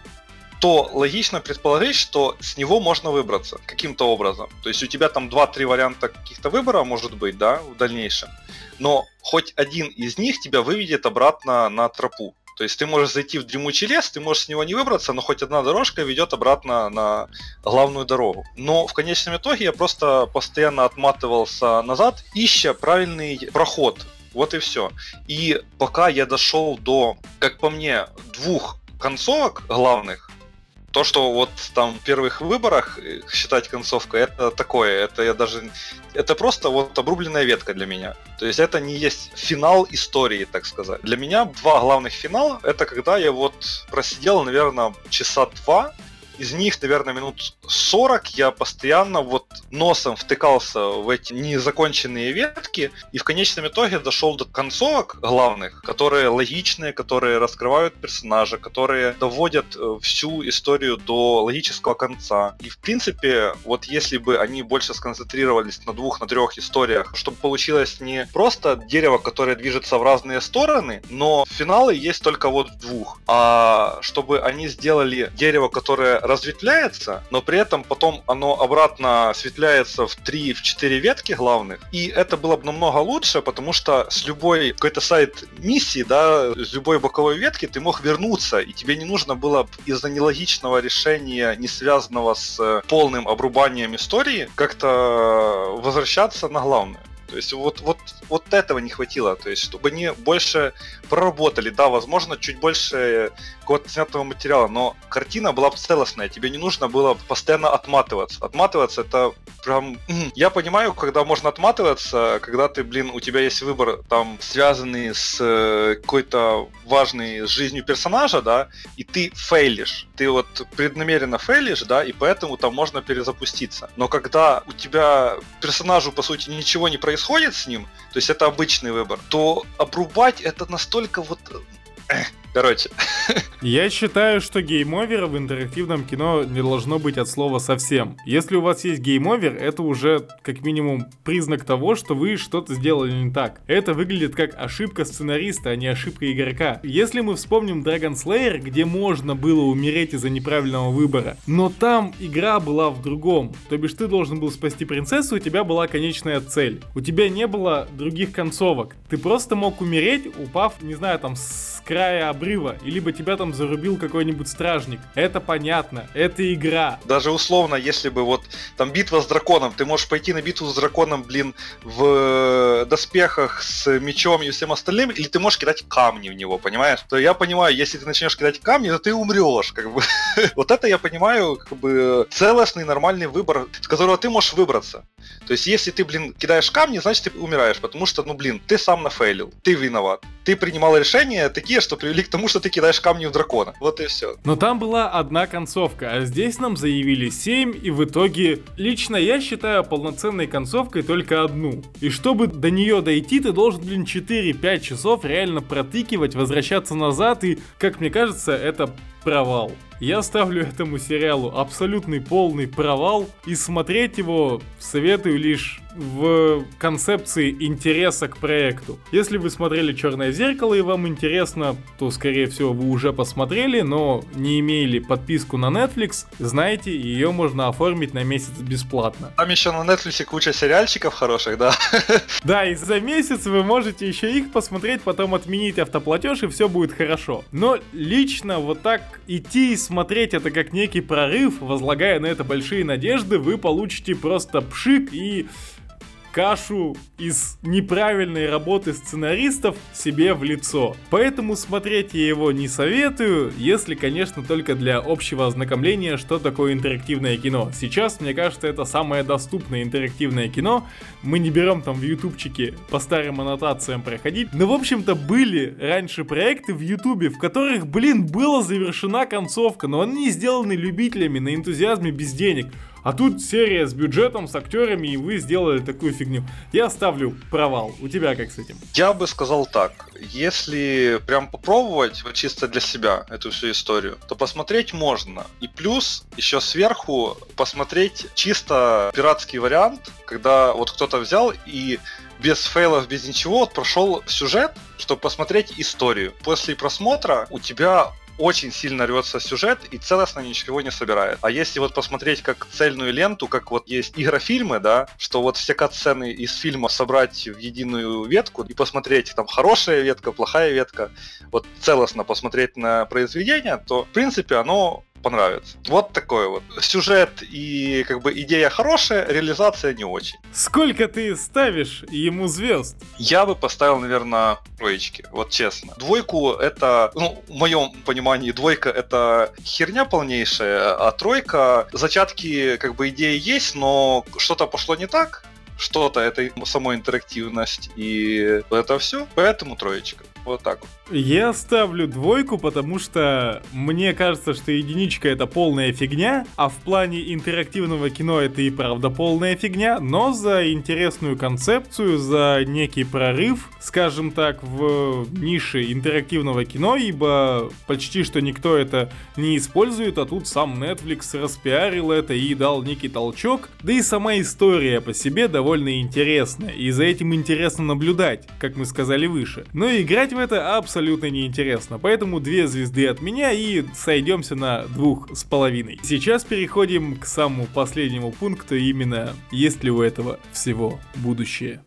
то логично предположить, что с него можно выбраться каким-то образом. То есть у тебя там два-три варианта каких-то выбора может быть, да, в дальнейшем. Но хоть один из них тебя выведет обратно на тропу. То есть ты можешь зайти в дремучий лес, ты можешь с него не выбраться, но хоть одна дорожка ведет обратно на главную дорогу. Но в конечном итоге я просто постоянно отматывался назад, ища правильный проход. Вот и все. И пока я дошел до, как по мне, двух концовок главных, то, что вот там в первых выборах считать концовкой, это такое, это я даже, это просто вот обрубленная ветка для меня. То есть это не есть финал истории, так сказать. Для меня два главных финала, это когда я вот просидел, наверное, часа два из них, наверное, минут сорок я постоянно вот носом втыкался в эти незаконченные ветки, и в конечном итоге дошел до концовок главных, которые логичные, которые раскрывают персонажа, которые доводят всю историю до логического конца. И в принципе, вот если бы они больше сконцентрировались на двух, на трех историях, чтобы получилось не просто дерево, которое движется в разные стороны, но финалы есть только вот в двух, а чтобы они сделали дерево, которое разветвляется, но при этом потом оно обратно светляется в три, в четыре ветки главных, и это было бы намного лучше, потому что с любой какой-то сайт миссии, да, с любой боковой ветки ты мог вернуться, и тебе не нужно было из-за нелогичного решения, не связанного с полным обрубанием истории, как-то возвращаться на главное. То есть вот, вот, вот этого не хватило, то есть чтобы они больше проработали, да, возможно, чуть больше какого-то снятого материала, но картина была целостная, тебе не нужно было постоянно отматываться. Отматываться это прям... Я понимаю, когда можно отматываться, когда ты, блин, у тебя есть выбор, там, связанный с какой-то важной жизнью персонажа, да, и ты фейлишь, ты вот преднамеренно фейлишь, да, и поэтому там можно перезапуститься. Но когда у тебя персонажу, по сути, ничего не происходит с ним, то есть это обычный выбор, то обрубать это настолько вот... Короче. Я считаю, что гейм-овера в интерактивном кино не должно быть от слова совсем. Если у вас есть гейм-овер, это уже как минимум признак того, что вы что-то сделали не так. Это выглядит как ошибка сценариста, а не ошибка игрока. Если мы вспомним Dragon Slayer, где можно было умереть из-за неправильного выбора, но там игра была в другом. То бишь ты должен был спасти принцессу, у тебя была конечная цель. У тебя не было других концовок. Ты просто мог умереть, упав, не знаю, там с края обрыва, и либо тебя там зарубил какой-нибудь стражник. Это понятно, это игра. Даже условно, если бы вот там битва с драконом, ты можешь пойти на битву с драконом, блин, в доспехах с мечом и всем остальным, или ты можешь кидать камни в него, понимаешь? То я понимаю, если ты начнешь кидать камни, то ты умрешь, как бы. Вот это я понимаю, как бы целостный нормальный выбор, с которого ты можешь выбраться. То есть если ты, блин, кидаешь камни, значит ты умираешь, потому что, ну, блин, ты сам нафейлил, ты виноват. Ты принимал решения такие, что привели к тому, что ты кидаешь камни в дракона. Вот и все. Но там была одна концовка, а здесь нам заявили семь, и в итоге лично я считаю полноценной концовкой только одну. И чтобы до нее дойти, ты должен, блин, четыре-пять часов реально протыкивать, возвращаться назад, и, как мне кажется, это провал. Я ставлю этому сериалу абсолютный полный провал, и смотреть его советую лишь в концепции интереса к проекту. Если вы смотрели «Черное зеркало» и вам интересно, то, скорее всего, вы уже посмотрели, но не имели подписку на Netflix, знаете, ее можно оформить на месяц бесплатно. Там еще на Netflix куча сериальчиков хороших, да? Да, и за месяц вы можете еще их посмотреть, потом отменить автоплатеж, и все будет хорошо. Но лично вот так идти и смотреть это как некий прорыв, возлагая на это большие надежды, вы получите просто пшик и кашу из неправильной работы сценаристов себе в лицо. Поэтому смотреть я его не советую, если, конечно, только для общего ознакомления, что такое интерактивное кино. Сейчас, мне кажется, это самое доступное интерактивное кино. Мы не берем там в ютубчике по старым аннотациям проходить. Но, в общем-то, были раньше проекты в ютубе, в которых, блин, была завершена концовка, но они сделаны любителями на энтузиазме без денег. А тут серия с бюджетом, с актерами, и вы сделали такую фигню. Я ставлю провал. У тебя как с этим? Я бы сказал так. Если прям попробовать вот чисто для себя эту всю историю, то посмотреть можно. И плюс еще сверху посмотреть чисто пиратский вариант, когда вот кто-то взял и без фейлов, без ничего вот прошел сюжет, чтобы посмотреть историю. После просмотра у тебя очень сильно рвется сюжет и целостно ничего не собирает. А если вот посмотреть как цельную ленту, как вот есть игрофильмы, да, что вот все катсцены из фильма собрать в единую ветку и посмотреть, там, хорошая ветка, плохая ветка, вот целостно посмотреть на произведение, то, в принципе, оно понравится. Вот такой вот. Сюжет и как бы идея хорошая, реализация не очень. Сколько ты ставишь ему звезд? Я бы поставил, наверное, троечки, вот честно. Двойку это, ну, в моем понимании, двойка это херня полнейшая, а тройка, зачатки как бы идеи есть, но что-то пошло не так, что-то это сама интерактивность и это все, поэтому троечка. Вот так вот. Я ставлю двойку, потому что мне кажется, что единичка это полная фигня, а в плане интерактивного кино это и правда полная фигня, но за интересную концепцию, за некий прорыв, скажем так, в нише интерактивного кино, ибо почти что никто это не использует, а тут сам Netflix распиарил это и дал некий толчок, да и сама история по себе довольно интересная, и за этим интересно наблюдать, как мы сказали выше. Но играть в это абсолютно неинтересно, поэтому две звезды от меня и сойдемся на двух с половиной. Сейчас переходим к самому последнему пункту, именно есть ли у этого всего будущее.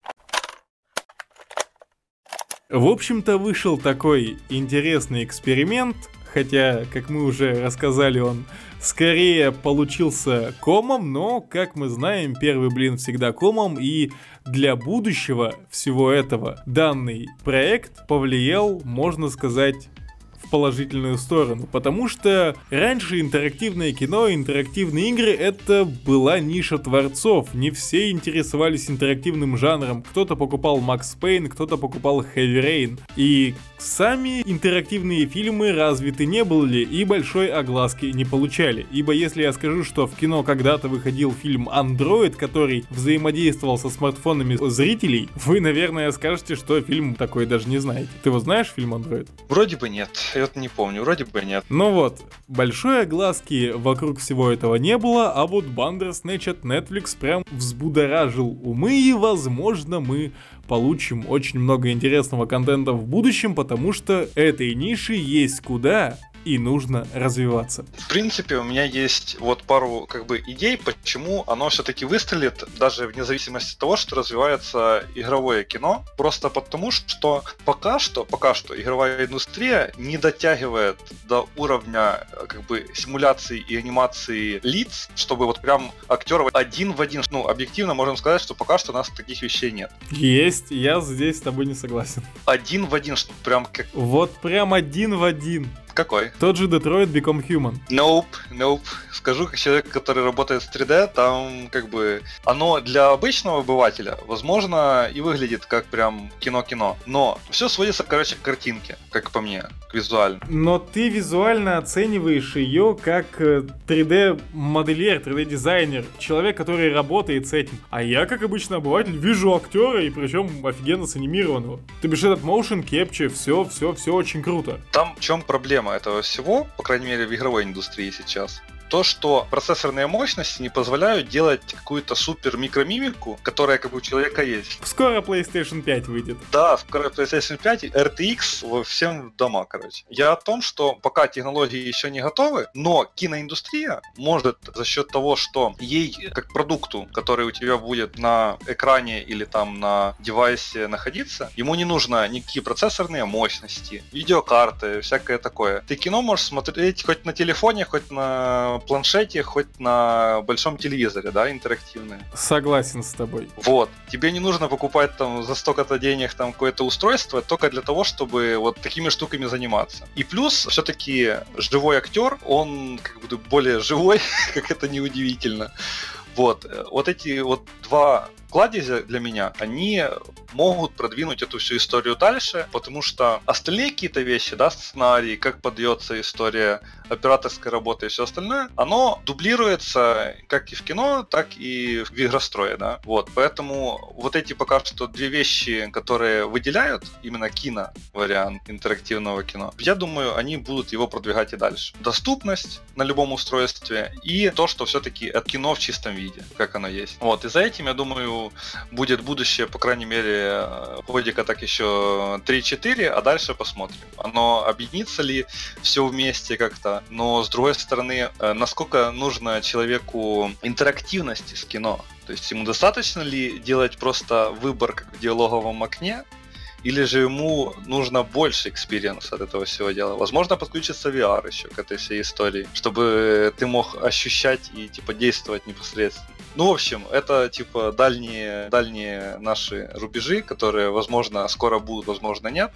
В общем-то, вышел такой интересный эксперимент, хотя, как мы уже рассказали, он скорее получился комом, но, как мы знаем, первый блин всегда комом, и для будущего всего этого данный проект повлиял, можно сказать, в положительную сторону, потому что раньше интерактивное кино, интерактивные игры — это была ниша творцов, не все интересовались интерактивным жанром, кто-то покупал Max Payne, кто-то покупал Heavy Rain, и сами интерактивные фильмы развиты не были и большой огласки не получали, ибо если я скажу, что в кино когда-то выходил фильм Android, который взаимодействовал со смартфонами зрителей, вы, наверное, скажете, что фильм такой даже не знаете. Ты вот знаешь фильм Android? Вроде бы нет. Я вот не помню, вроде бы нет. Ну вот, большой огласки вокруг всего этого не было, а вот Bandersnatch от Netflix прям взбудоражил умы, и, возможно, мы получим очень много интересного контента в будущем, потому что этой ниши есть куда и нужно развиваться. В принципе, у меня есть вот пару как бы идей, почему оно все-таки выстрелит, даже вне зависимости от того, что развивается игровое кино. Просто потому, что пока что, пока что игровая индустрия не дотягивает до уровня как бы симуляции и анимации лиц, чтобы вот прям актеров один в один. Ну, объективно можем сказать, что пока что у нас таких вещей нет. Есть, я здесь с тобой не согласен. Один в один, что прям как... Вот прям один в один. Какой? Тот же Detroit Become Human. Nope, nope. Скажу, как человек, который работает с три дэ, там как бы оно для обычного обывателя, возможно, и выглядит как прям кино-кино. Но все сводится, короче, к картинке, как по мне, к визуально. Но ты визуально оцениваешь ее как три дэ-модельер, три дэ-дизайнер, человек, который работает с этим. А я, как обычный обыватель, вижу актера, и причем офигенно санимированного. То бишь этот motion capture, все, все, все очень круто. Там в чем проблема этого всего, по крайней мере в игровой индустрии сейчас? То, что процессорные мощности не позволяют делать какую-то супер микромимику, которая как бы у человека есть. Скоро PlayStation пять выйдет. Да, скоро PlayStation пять, эр ти экс во всем дома, короче. Я о том, что пока технологии еще не готовы, но киноиндустрия может за счет того, что ей, как продукту, который у тебя будет на экране или там на девайсе находиться, ему не нужно никакие процессорные мощности, видеокарты, всякое такое. Ты кино можешь смотреть хоть на телефоне, хоть на планшете, хоть на большом телевизоре, да, интерактивные. Согласен с тобой. Вот. Тебе не нужно покупать там за столько-то денег там какое-то устройство только для того, чтобы вот такими штуками заниматься. И плюс, все-таки живой актер, он как бы более живой, как это неудивительно. Вот. Вот эти вот два кладезя для меня, они могут продвинуть эту всю историю дальше, потому что остальные какие-то вещи, да, сценарий, как подается история операторской работы и все остальное, оно дублируется как и в кино, так и в игрострое, да. Вот, поэтому вот эти пока что две вещи, которые выделяют именно кино-вариант интерактивного кино, я думаю, они будут его продвигать и дальше. Доступность на любом устройстве и то, что все-таки это кино в чистом виде, как оно есть. Вот, и за этим, я думаю, будет будущее, по крайней мере, годика так еще три-четыре, а дальше посмотрим. Оно объединится ли все вместе как-то, но с другой стороны, насколько нужно человеку интерактивности с кино? То есть ему достаточно ли делать просто выбор как в диалоговом окне, или же ему нужно больше экспириенса от этого всего дела? Возможно, подключится ви ар еще к этой всей истории, чтобы ты мог ощущать и типа действовать непосредственно. Ну, в общем, это типа дальние, дальние наши рубежи, которые, возможно, скоро будут, возможно, нет.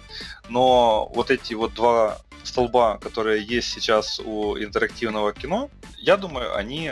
Но вот эти вот два столба, которые есть сейчас у интерактивного кино, я думаю, они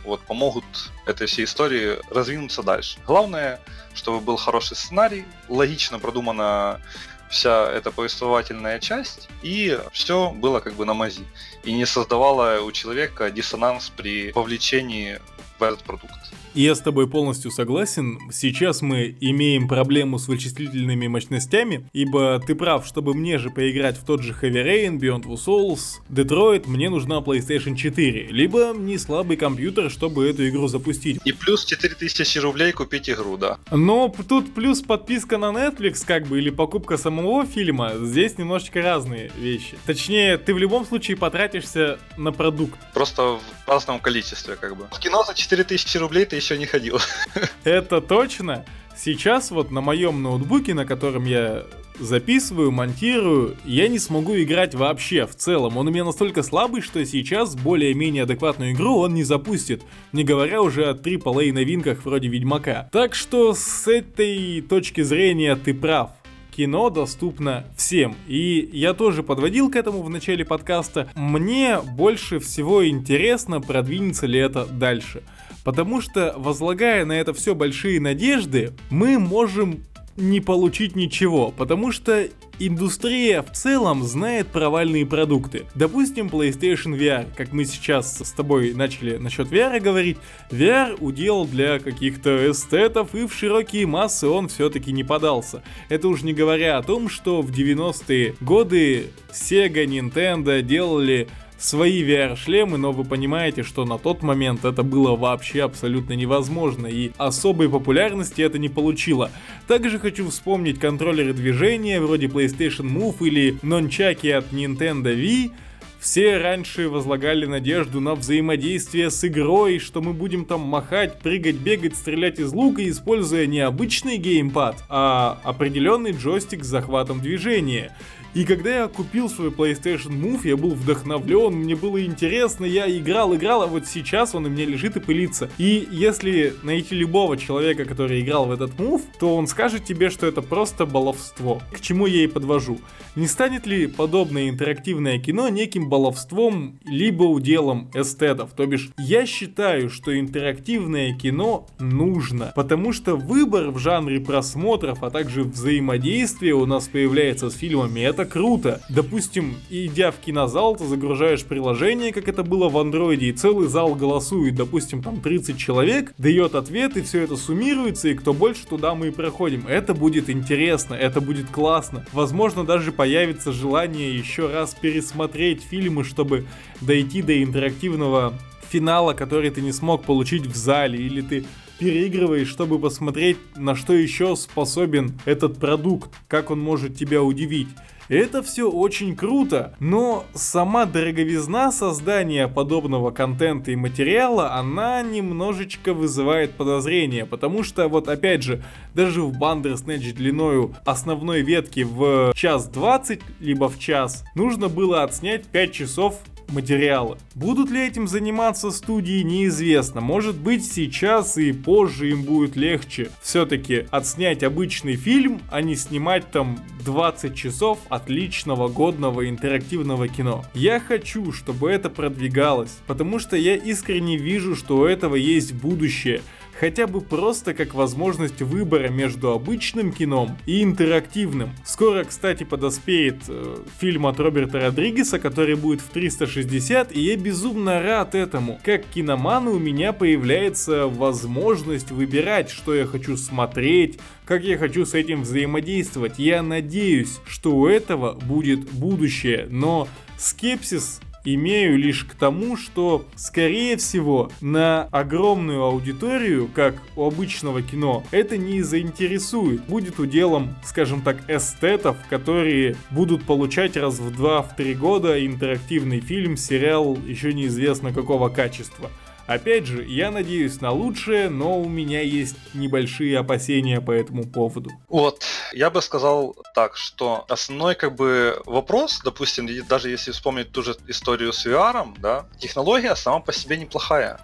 вот помогут этой всей истории развинуться дальше. Главное, чтобы был хороший сценарий, логично продумана вся эта повествовательная часть, и все было как бы на мази. И не создавало у человека диссонанс при вовлечении в этот продукт. Я с тобой полностью согласен. Сейчас мы имеем проблему с вычислительными мощностями, ибо ты прав, чтобы мне же поиграть в тот же Heavy Rain, Beyond Two Souls, Detroit, мне нужна PlayStation четыре, либо не слабый компьютер, чтобы эту игру запустить. И плюс четыре тысячи рублей купить игру, да. Но тут плюс подписка на Netflix, как бы, или покупка самого фильма, здесь немножечко разные вещи. Точнее, ты в любом случае потратишься на продукт. Просто в разном количестве, как бы. В кино за четыре тысячи рублей ты еще не ходил. Это точно. Сейчас вот на моем ноутбуке, на котором я записываю, монтирую, я не смогу играть вообще в целом. Он у меня настолько слабый, что сейчас более-менее адекватную игру он не запустит, не говоря уже о трипл эй новинках вроде Ведьмака. Так что с этой точки зрения ты прав. Кино доступно всем. И я тоже подводил к этому в начале подкаста. Мне больше всего интересно, продвинется ли это дальше. Потому что, возлагая на это все большие надежды, мы можем не получить ничего, потому что индустрия в целом знает провальные продукты. Допустим, PlayStation ви ар, как мы сейчас с тобой начали насчет ви ар говорить, ви ар удел для каких-то эстетов, и в широкие массы он все-таки не подался. Это уж не говоря о том, что в девяностые годы Sega, Nintendo делали свои ви ар-шлемы, но вы понимаете, что на тот момент это было вообще абсолютно невозможно, и особой популярности это не получило. Также хочу вспомнить контроллеры движения, вроде PlayStation Move или нончаки от Nintendo Wii. Все раньше возлагали надежду на взаимодействие с игрой, что мы будем там махать, прыгать, бегать, стрелять из лука, используя не обычный геймпад, а определенный джойстик с захватом движения. И когда я купил свой PlayStation Move, я был вдохновлен, мне было интересно, я играл, играл, а вот сейчас он у меня лежит и пылится. И если найти любого человека, который играл в этот Move, то он скажет тебе, что это просто баловство. К чему я и подвожу. Не станет ли подобное интерактивное кино неким баловством, либо уделом эстетов? То бишь, я считаю, что интерактивное кино нужно, потому что выбор в жанре просмотров, а также взаимодействие у нас появляется с фильмами, это круто. Допустим, идя в кинозал, ты загружаешь приложение, как это было в андроиде, и целый зал голосует, допустим, там тридцать человек, дает ответ, и все это суммируется, и кто больше, туда мы и проходим. Это будет интересно, это будет классно. Возможно, даже появится желание еще раз пересмотреть фильмы, чтобы дойти до интерактивного финала, который ты не смог получить в зале, или ты переигрываешь, чтобы посмотреть, на что еще способен этот продукт, как он может тебя удивить. Это все очень круто, но сама дороговизна создания подобного контента и материала, она немножечко вызывает подозрения, потому что вот опять же, даже в Bandersnatch длиною основной ветки в час двадцать, либо в час, нужно было отснять пять часов материала. Будут ли этим заниматься студии, неизвестно. Может быть, сейчас и позже им будет легче все-таки отснять обычный фильм, а не снимать там двадцать часов отличного, годного интерактивного кино. Я хочу, чтобы это продвигалось, потому что я искренне вижу, что у этого есть будущее. Хотя бы просто как возможность выбора между обычным кином и интерактивным. Скоро, кстати, подоспеет э, фильм от Роберта Родригеса, который будет в триста шестьдесят, и я безумно рад этому. Как киноману у меня появляется возможность выбирать, что я хочу смотреть, как я хочу с этим взаимодействовать. Я надеюсь, что у этого будет будущее, но скепсис имею лишь к тому, что, скорее всего, на огромную аудиторию, как у обычного кино, это не заинтересует. Будет уделом, скажем так, эстетов, которые будут получать раз в два-три года интерактивный фильм, сериал, еще неизвестно какого качества. Опять же, я надеюсь на лучшее, но у меня есть небольшие опасения по этому поводу. Вот, я бы сказал так, что основной как бы вопрос, допустим, даже если вспомнить ту же историю с ви ар, да, технология сама по себе неплохая.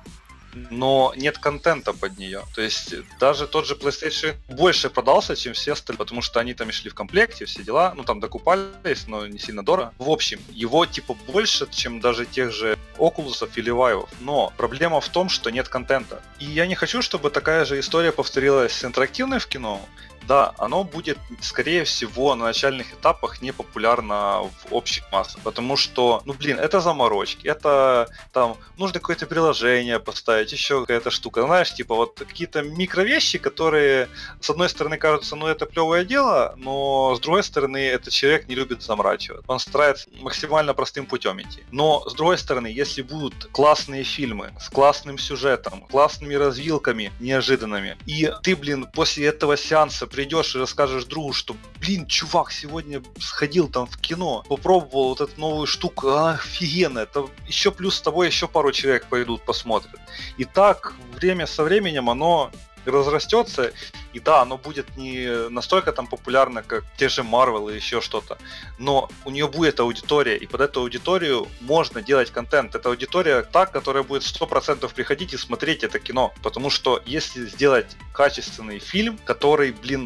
но нет контента под нее. То есть даже тот же PlayStation больше продался, чем все остальные, потому что они там и шли в комплекте, все дела, ну там докупались, но не сильно дорого. В общем, его типа больше, чем даже тех же Oculus или Vive. Но проблема в том, что нет контента. И я не хочу, чтобы такая же история повторилась с интерактивной в кино. Да, оно будет, скорее всего, на начальных этапах не популярно в общих массах, потому что, ну блин, это заморочки, это там нужно какое-то приложение поставить, еще какая-то штука, знаешь, типа вот какие-то микровещи, которые с одной стороны кажутся, ну это плевое дело, но с другой стороны этот человек не любит заморачивать, он старается максимально простым путем идти. Но с другой стороны, если будут классные фильмы с классным сюжетом, классными развилками неожиданными, и ты, блин, после этого сеанса придешь и расскажешь другу, что, блин, чувак, сегодня сходил там в кино, попробовал вот эту новую штуку, а, офигенно, это еще плюс с тобой еще пару человек пойдут посмотрят. И так время со временем оно разрастется, и да, оно будет не настолько там популярно, как те же Marvel или еще что-то, но у нее будет аудитория, и под эту аудиторию можно делать контент. Это аудитория та, которая будет сто процентов приходить и смотреть это кино, потому что если сделать качественный фильм, который, блин,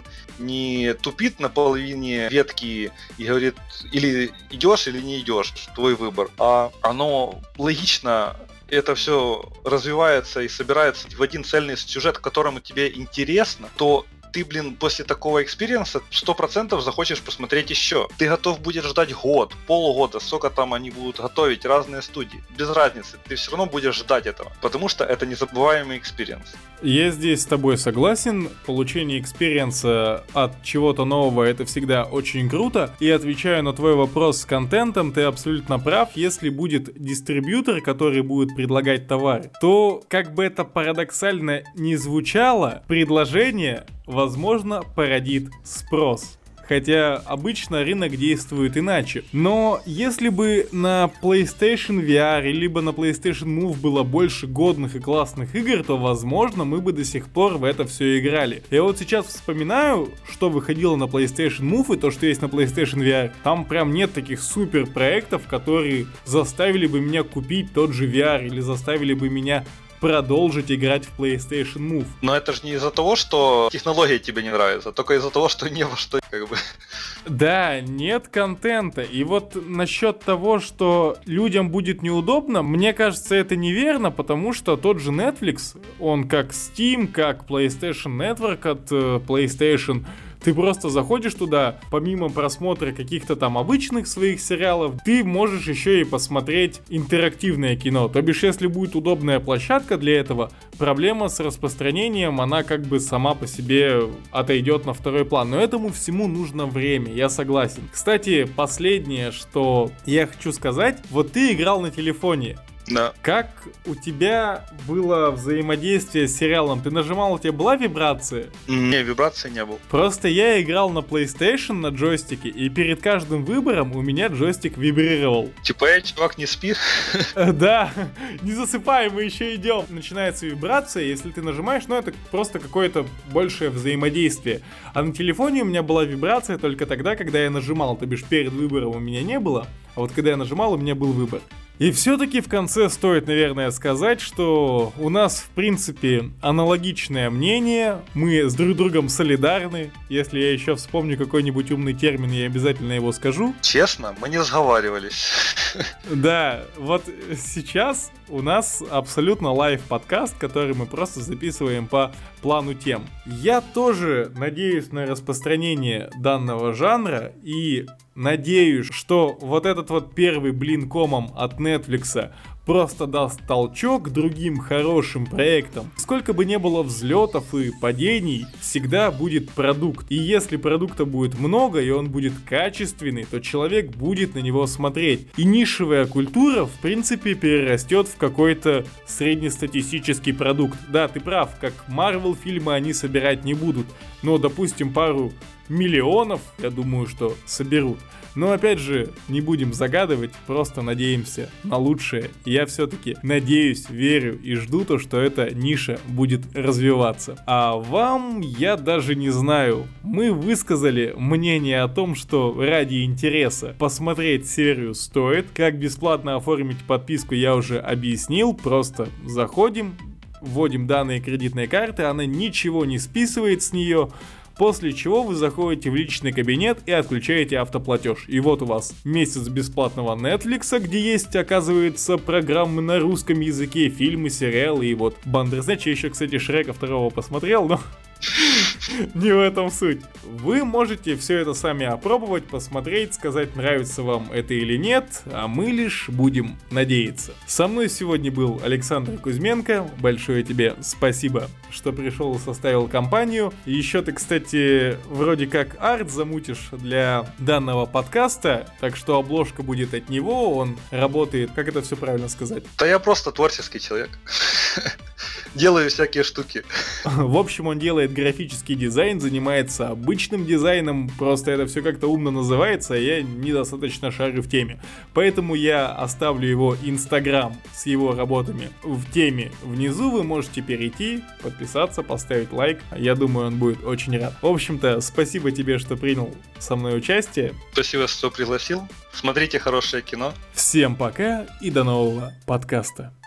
не тупит на половине ветки и говорит, или идешь, или не идешь, твой выбор, а оно логично это все развивается и собирается в один цельный сюжет, которому тебе интересно, то ты, блин, после такого экспириенса сто процентов захочешь посмотреть еще. Ты готов будешь ждать год, полгода, сколько там они будут готовить, разные студии. Без разницы, ты все равно будешь ждать этого, потому что это незабываемый экспириенс. Я здесь с тобой согласен. Получение экспириенса от чего-то нового — это всегда очень круто. И отвечаю на твой вопрос с контентом, ты абсолютно прав. Если будет дистрибьютор, который будет предлагать товары, то, как бы это парадоксально ни звучало, предложение, возможно, породит спрос. Хотя обычно рынок действует иначе. Но если бы на PlayStation ви ар либо на PlayStation Move было больше годных и классных игр, то, возможно, мы бы до сих пор в это все играли. Я вот сейчас вспоминаю, что выходило на PlayStation Move и то, что есть на PlayStation ви ар. Там прям нет таких супер проектов, которые заставили бы меня купить тот же ви ар или заставили бы меня продолжить играть в PlayStation Move. Но это же не из-за того, что технология тебе не нравится, а только из-за того, что не во что, как бы. Да, нет контента. И вот насчет того, что людям будет неудобно, мне кажется, это неверно, потому что тот же Netflix, он как Steam, как PlayStation Network от э, PlayStation. Ты просто заходишь туда, помимо просмотра каких-то там обычных своих сериалов, ты можешь еще и посмотреть интерактивное кино. То бишь, если будет удобная площадка для этого, проблема с распространением, она как бы сама по себе отойдет на второй план. Но этому всему нужно время, я согласен. Кстати, последнее, что я хочу сказать, вот ты играл на телефоне. Да. Как у тебя было взаимодействие с сериалом? Ты нажимал, у тебя была вибрация? Не, вибрации не было. Просто я играл на PlayStation на джойстике, и перед каждым выбором у меня джойстик вибрировал. Типа, эй, чувак, не спи? Да, не засыпай, мы еще идем. Начинается вибрация, если ты нажимаешь, ну это просто какое-то большее взаимодействие. А на телефоне у меня была вибрация только тогда, когда я нажимал, то бишь перед выбором у меня не было, а вот когда я нажимал, у меня был выбор. И все-таки в конце стоит, наверное, сказать, что у нас, в принципе, аналогичное мнение, мы с друг другом солидарны. Если я еще вспомню какой-нибудь умный термин, я обязательно его скажу. Честно, мы не сговаривались. Да, вот сейчас у нас абсолютно лайв-подкаст, который мы просто записываем по плану тем. Я тоже надеюсь на распространение данного жанра и надеюсь, что вот этот вот первый блин комом от Netflix просто даст толчок к другим хорошим проектам. Сколько бы ни было взлетов и падений, всегда будет продукт. И если продукта будет много и он будет качественный, то человек будет на него смотреть. И нишевая культура, в принципе, перерастет в какой-то среднестатистический продукт. Да, ты прав, как Marvel фильмы они собирать не будут. Но, допустим, пару миллионов, я думаю, что соберут. Но опять же, не будем загадывать, просто надеемся на лучшее. Я все-таки надеюсь, верю и жду то, что эта ниша будет развиваться. А вам я даже не знаю. Мы высказали мнение о том, что ради интереса посмотреть серию стоит. Как бесплатно оформить подписку, я уже объяснил. Просто заходим вводим данные кредитной карты, она ничего не списывает с нее, после чего вы заходите в личный кабинет и отключаете автоплатеж. И вот у вас месяц бесплатного Netflix, где есть, оказывается, программы на русском языке, фильмы, сериалы, и вот Bandersnatch. Я еще, кстати, Шрека второго посмотрел, но не в этом суть. Вы можете все это сами опробовать, посмотреть, сказать, нравится вам это или нет, а мы лишь будем надеяться. Со мной сегодня был Александр Кузьменко. Большое тебе спасибо, что пришел и составил компанию. Еще ты, кстати, вроде как арт замутишь для данного подкаста, так что обложка будет от него, он работает, как это все правильно сказать? Да я просто творческий человек. Делаю всякие штуки. В общем, он делает графический дизайн, занимается обычным дизайном, просто это все как-то умно называется, а я недостаточно шарю в теме. Поэтому я оставлю его инстаграм с его работами в теме внизу, вы можете перейти, подписаться, поставить лайк. Я думаю, он будет очень рад. В общем-то, спасибо тебе, что принял со мной участие. Спасибо, что пригласил. Смотрите хорошее кино. Всем пока и до нового подкаста.